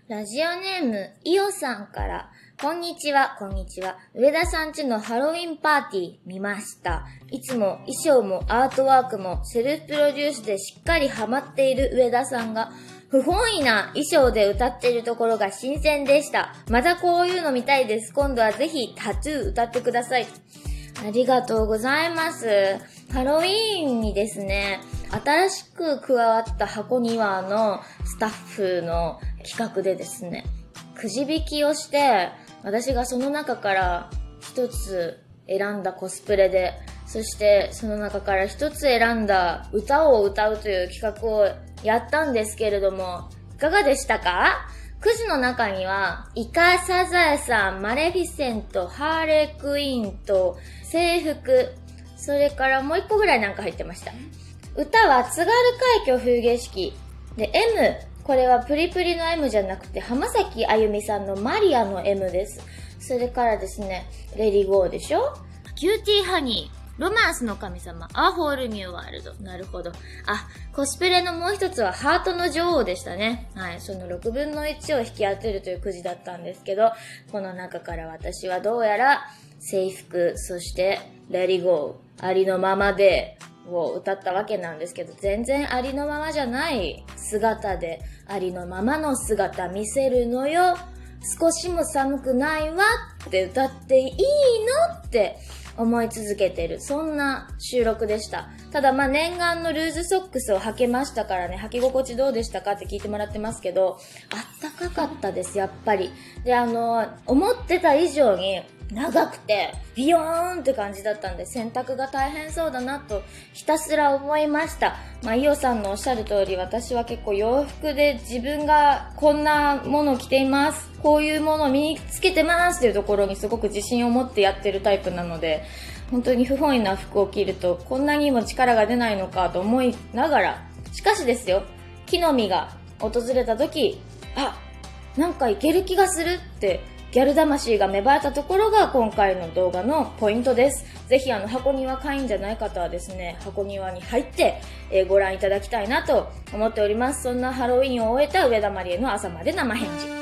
ラジオネーム、イオさんから、こんにちは。上田さんちのハロウィンパーティー見ました。いつも衣装もアートワークもセルフプロデュースでしっかりハマっている上田さんが、不本意な衣装で歌っているところが新鮮でした。またこういうの見たいです。今度はぜひタトゥー歌ってください。ありがとうございます。ハロウィーンにですね、新しく加わった箱庭のスタッフの企画でですね、くじ引きをして、私がその中から一つ選んだコスプレで、そしてその中から一つ選んだ歌を歌うという企画をやったんですけれども、いかがでしたか？くじの中には、イカサザエさん、マレフィセント、ハーレークイーンと制服、それからもう一個ぐらいなんか入ってました。歌は津軽海峡冬景色で M、これはプリプリの M じゃなくて浜崎あゆみさんのマリアの M です。それからですね、レディゴーでしょ、キューティーハニー、ロマンスの神様、アホールニューワールド。なるほど。コスプレのもう一つはハートの女王でしたね。はい、その6分の1を引き当てるというくじだったんですけど、この中から私はどうやら制服、そしてレディゴー、ありのままでを歌ったわけなんですけど、全然ありのままじゃない姿で、ありのままの姿見せるのよ。少しも寒くないわって歌っていいのって思い続けてる。そんな収録でした。ただ念願のルーズソックスを履けましたからね、履き心地どうでしたかって聞いてもらってますけど、あったかかったです、やっぱり。で、思ってた以上に長くて、ビヨーンって感じだったんで、洗濯が大変そうだなと、ひたすら思いました。イオさんのおっしゃる通り、私は結構洋服で自分がこんなものを着ています。こういうものを身につけてますっていうところにすごく自信を持ってやってるタイプなので、本当に不本意な服を着ると、こんなにも力が出ないのかと思いながら、しかしですよ、木の実が訪れた時、なんかいける気がするって、ギャル魂が芽生えたところが今回の動画のポイントです。ぜひ箱庭会員じゃない方はですね、箱庭に入って、ご覧いただきたいなと思っております。そんなハロウィンを終えた上田まりえの朝まで生返事。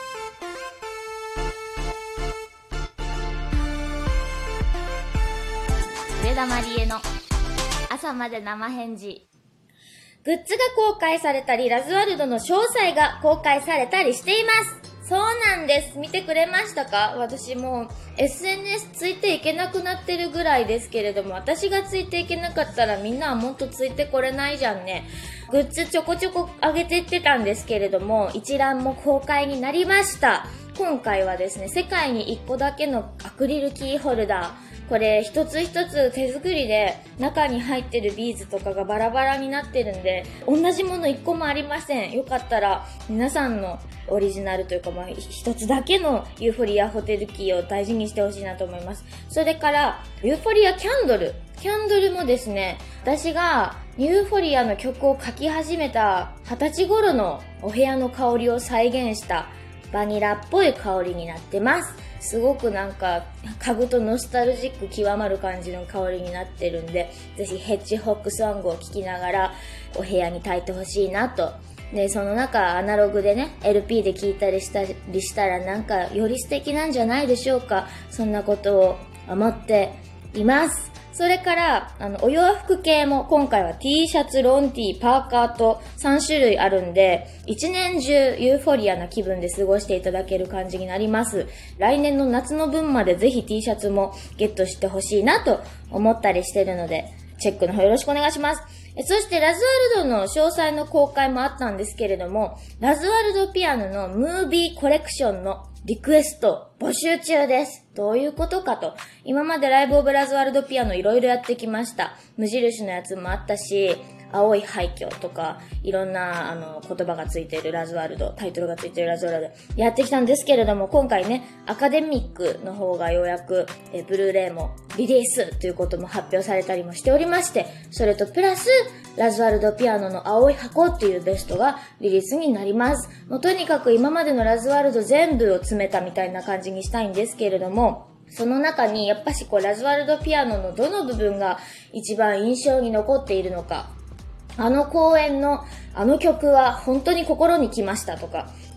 上田まりえの朝まで生返事。グッズが公開されたり、ラズワルドの詳細が公開されたりしています。そうなんです。見てくれましたか？私もう SNS ついていけなくなってるぐらいですけれども、私がついていけなかったらみんなはもっとついてこれないじゃんね。グッズちょこちょこ上げてってたんですけれども、一覧も公開になりました。今回はですね、世界に1個だけのアクリルキーホルダー。これ一つ一つ手作りで中に入ってるビーズとかがバラバラになってるんで、同じもの1個もありません。よかったら皆さんのオリジナルというか一つだけのユーフォリアホテルキーを大事にしてほしいなと思います。それからユーフォリアキャンドルもですね、私がユーフォリアの曲を書き始めた20歳頃のお部屋の香りを再現したバニラっぽい香りになってます。すごくなんか嗅ぐとノスタルジック極まる感じの香りになってるんで、ぜひヘッジホックソングを聴きながらお部屋に焚いてほしいなと。で、その中アナログでね LP で聴いたりしたらなんかより素敵なんじゃないでしょうか。そんなことを思っています。それからお洋服系も今回は T シャツ、ロン T、パーカーと3種類あるんで、一年中ユーフォリアな気分で過ごしていただける感じになります。来年の夏の分までぜひ T シャツもゲットしてほしいなと思ったりしてるので、チェックの方よろしくお願いします。そしてラズワルドの詳細の公開もあったんですけれども、ラズワルドピアノのムービーコレクションのリクエスト募集中です。どういうことかと。今までライブオブラズワルドピアノいろいろやってきました。無印のやつもあったし、青い廃墟とか、いろんな言葉がついているラズワルド、タイトルがついているラズワルドやってきたんですけれども、今回ね、アカデミックの方がようやくブルーレイもリリースということも発表されたりもしておりまして、それとプラスラズワルドピアノの青い箱っていうベストがリリースになります。もうとにかく今までのラズワルド全部を詰めたみたいな感じにしたいんですけれども、その中にやっぱしラズワルドピアノのどの部分が一番印象に残っているのか、公演の曲は本当に心に来ましたとか、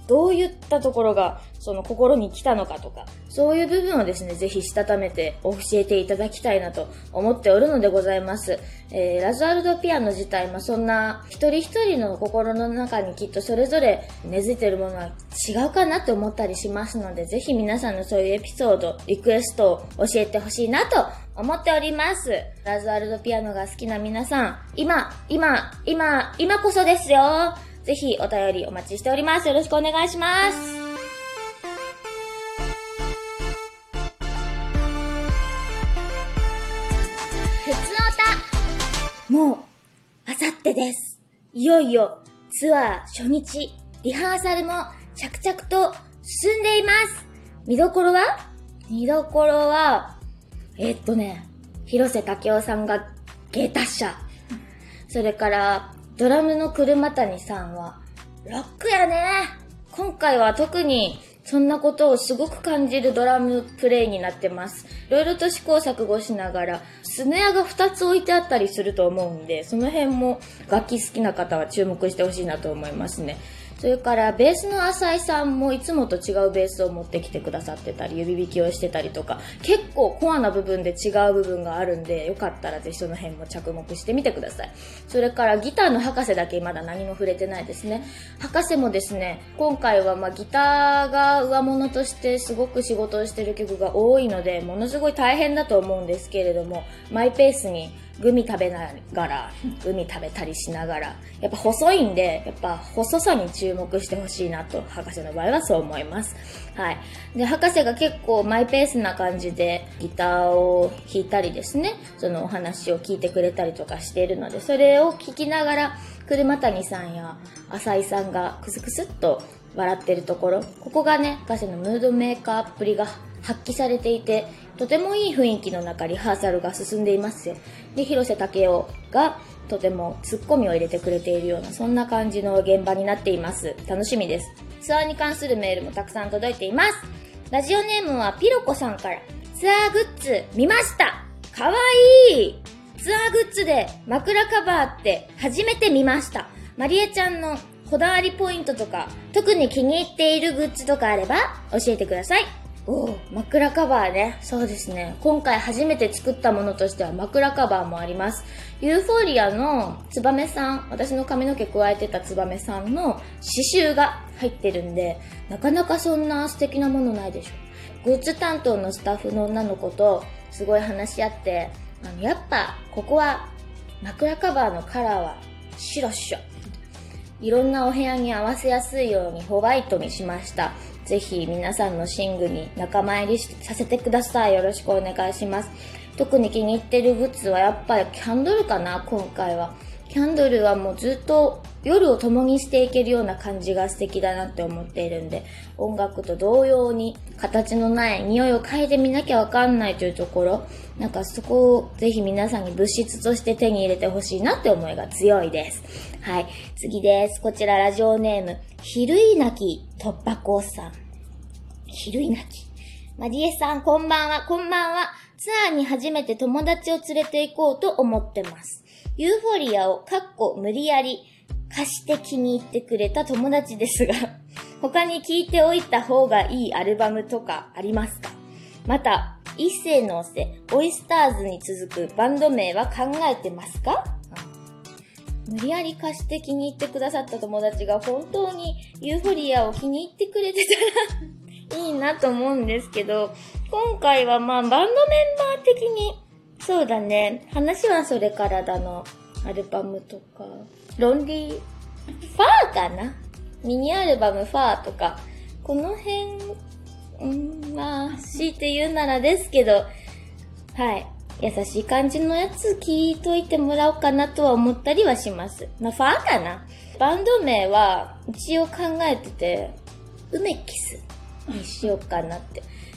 どういったところがその心に来たのかとか、そういう部分をですね、ぜひしたためて教えていただきたいなと思っておるのでございます。ラズアルドピアノ自体、そんな一人一人の心の中にきっとそれぞれ根付いているものは違うかなって思ったりしますので、ぜひ皆さんのそういうエピソード、リクエストを教えてほしいなと思っております。ラズアルドピアノが好きな皆さん、今こそですよ。ぜひお便りお待ちしております。よろしくお願いします。ふつおた、もうあさってです。いよいよツアー初日、リハーサルも着々と進んでいます。見どころは広瀬武雄さんが芸達者。それからドラムの車谷さんはロックやね。今回は特にそんなことをすごく感じるドラムプレイになってます。いろいろと試行錯誤しながら、スネアが2つ置いてあったりすると思うんで、その辺も楽器好きな方は注目してほしいなと思いますね。それからベースの浅井さんもいつもと違うベースを持ってきてくださってたり、指弾きをしてたりとか、結構コアな部分で違う部分があるんで、よかったらぜひその辺も着目してみてください。それからギターの博士だけまだ何も触れてないですね。博士もですね、今回はギターが上物としてすごく仕事をしてる曲が多いので、ものすごい大変だと思うんですけれども、マイペースにグミ食べながら、グミ食べたりしながら、やっぱ細いんで、やっぱ細さに注目してほしいなと、博士の場合はそう思います。はい。で、博士が結構マイペースな感じでギターを弾いたりですね、そのお話を聞いてくれたりとかしているので、それを聞きながら、車谷さんや浅井さんがクスクスっと笑ってるところ、ここがね、博士のムードメーカーっぷりが発揮されていて、とてもいい雰囲気の中リハーサルが進んでいますよ。で、広瀬武雄がとてもツッコミを入れてくれているような、そんな感じの現場になっています。楽しみです。ツアーに関するメールもたくさん届いています。ラジオネームはピロコさんから、ツアーグッズ見ました。かわいい。ツアーグッズで枕カバーって初めて見ました。マリエちゃんのこだわりポイントとか、特に気に入っているグッズとかあれば教えてください。枕カバーね。そうですね。今回初めて作ったものとしては枕カバーもあります。ユーフォリアのツバメさん、私の髪の毛加えてたツバメさんの刺繍が入ってるんで、なかなかそんな素敵なものないでしょ。グッズ担当のスタッフの女の子とすごい話し合って、やっぱここは枕カバーのカラーは白っしょ。いろんなお部屋に合わせやすいようにホワイトにしました。ぜひ皆さんの寝具に仲間入りさせてください。よろしくお願いします。特に気に入ってるグッズはやっぱりキャンドルかな、今回は。キャンドルはもうずっと夜を共にしていけるような感じが素敵だなって思っているんで、音楽と同様に形のない匂いを嗅いでみなきゃわかんないというところ、なんかそこをぜひ皆さんに物質として手に入れてほしいなって思いが強いです。はい、次です。こちらラジオネーム、ひるいなき突破口さん。ひるいなき。マリエさん、こんばんは。こんばんは。ツアーに初めて友達を連れて行こうと思ってます。ユーフォリアを無理やり貸して気に入ってくれた友達ですが、他に聴いておいた方がいいアルバムとかありますか？また、一世の瀬、オイスターズに続くバンド名は考えてますか？無理やり貸して気に入ってくださった友達が本当にユーフォリアを気に入ってくれてたらいいなと思うんですけど、今回はバンドメンバー的に、そうだね、話はそれからだのアルバムとか、ロンリー、ファーかな？ミニアルバムファーとか、この辺、強いて言うならですけど、はい。優しい感じのやつ聞いといてもらおうかなとは思ったりはします。ファーかな？バンド名は一応考えてて、ウメキスにしようかなって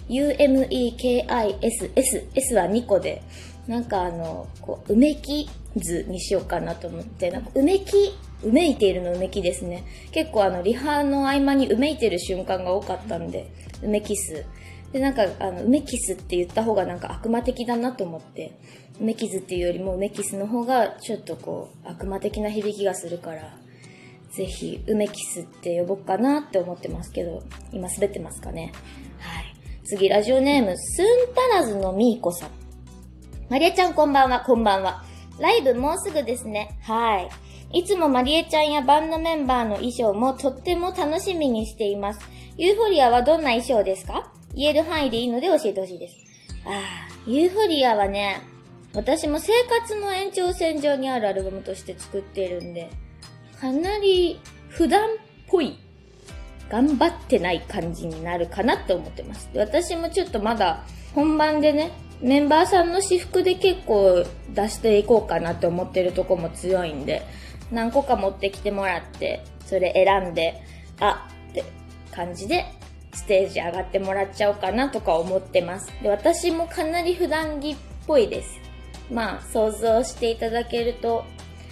。UMEKISS。S は2個で、うめき図にしようかなと思って、うめいているのうめきですね。結構リハの合間にうめいてる瞬間が多かったんで、うめきす。で、うめきすって言った方が悪魔的だなと思って、うめきずっていうよりもうめきすの方がちょっと悪魔的な響きがするから、 ぜひ、梅キスって呼ぼうかなって思ってますけど、今滑ってますかね。はい。次、ラジオネーム、スンタラズのミーコさん。マリエちゃんこんばんは、こんばんは。ライブもうすぐですね。はい。いつもマリエちゃんやバンドメンバーの衣装もとっても楽しみにしています。ユーフォリアはどんな衣装ですか？言える範囲でいいので教えてほしいです。ユーフォリアはね、私も生活の延長線上にあるアルバムとして作っているんで、かなり普段っぽい、頑張ってない感じになるかなって思ってます。で、私もちょっとまだ本番でね、メンバーさんの私服で結構出していこうかなって思ってるとこも強いんで、何個か持ってきてもらって、それ選んで、って感じでステージ上がってもらっちゃおうかなとか思ってます。で、私もかなり普段着っぽいです。まあ、想像していただけると、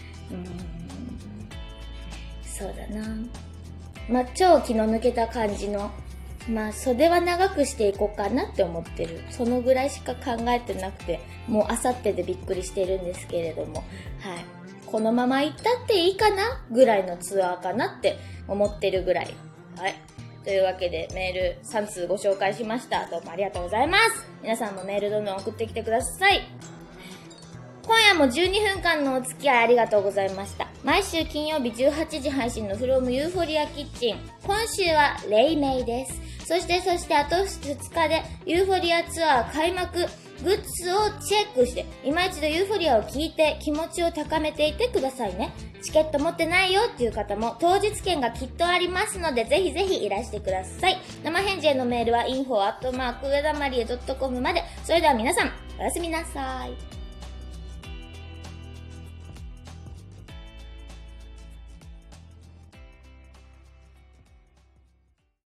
そうだな。まあ、超気の抜けた感じの、まあ、袖は長くしていこうかなって思ってる。そのぐらいしか考えてなくて、もうあさってでびっくりしてるんですけれども、はい。このまま行ったっていいかなぐらいのツアーかなって思ってるぐらい。はい。というわけでメール3通ご紹介しました。どうもありがとうございます。皆さんもメールどんどん送ってきてください。今夜も12分間のお付き合いありがとうございました。毎週金曜日18時配信のFrom Euphoria Kitchen。今週は黎明です。そしてあと2日でユーフォリアツアー開幕。グッズをチェックして、今一度ユーフォリアを聞いて気持ちを高めていてくださいね。チケット持ってないよっていう方も当日券がきっとありますので、ぜひぜひいらしてください。生返事へのメールはinfo@uedamarie.com まで。それでは皆さん、おやすみなさい。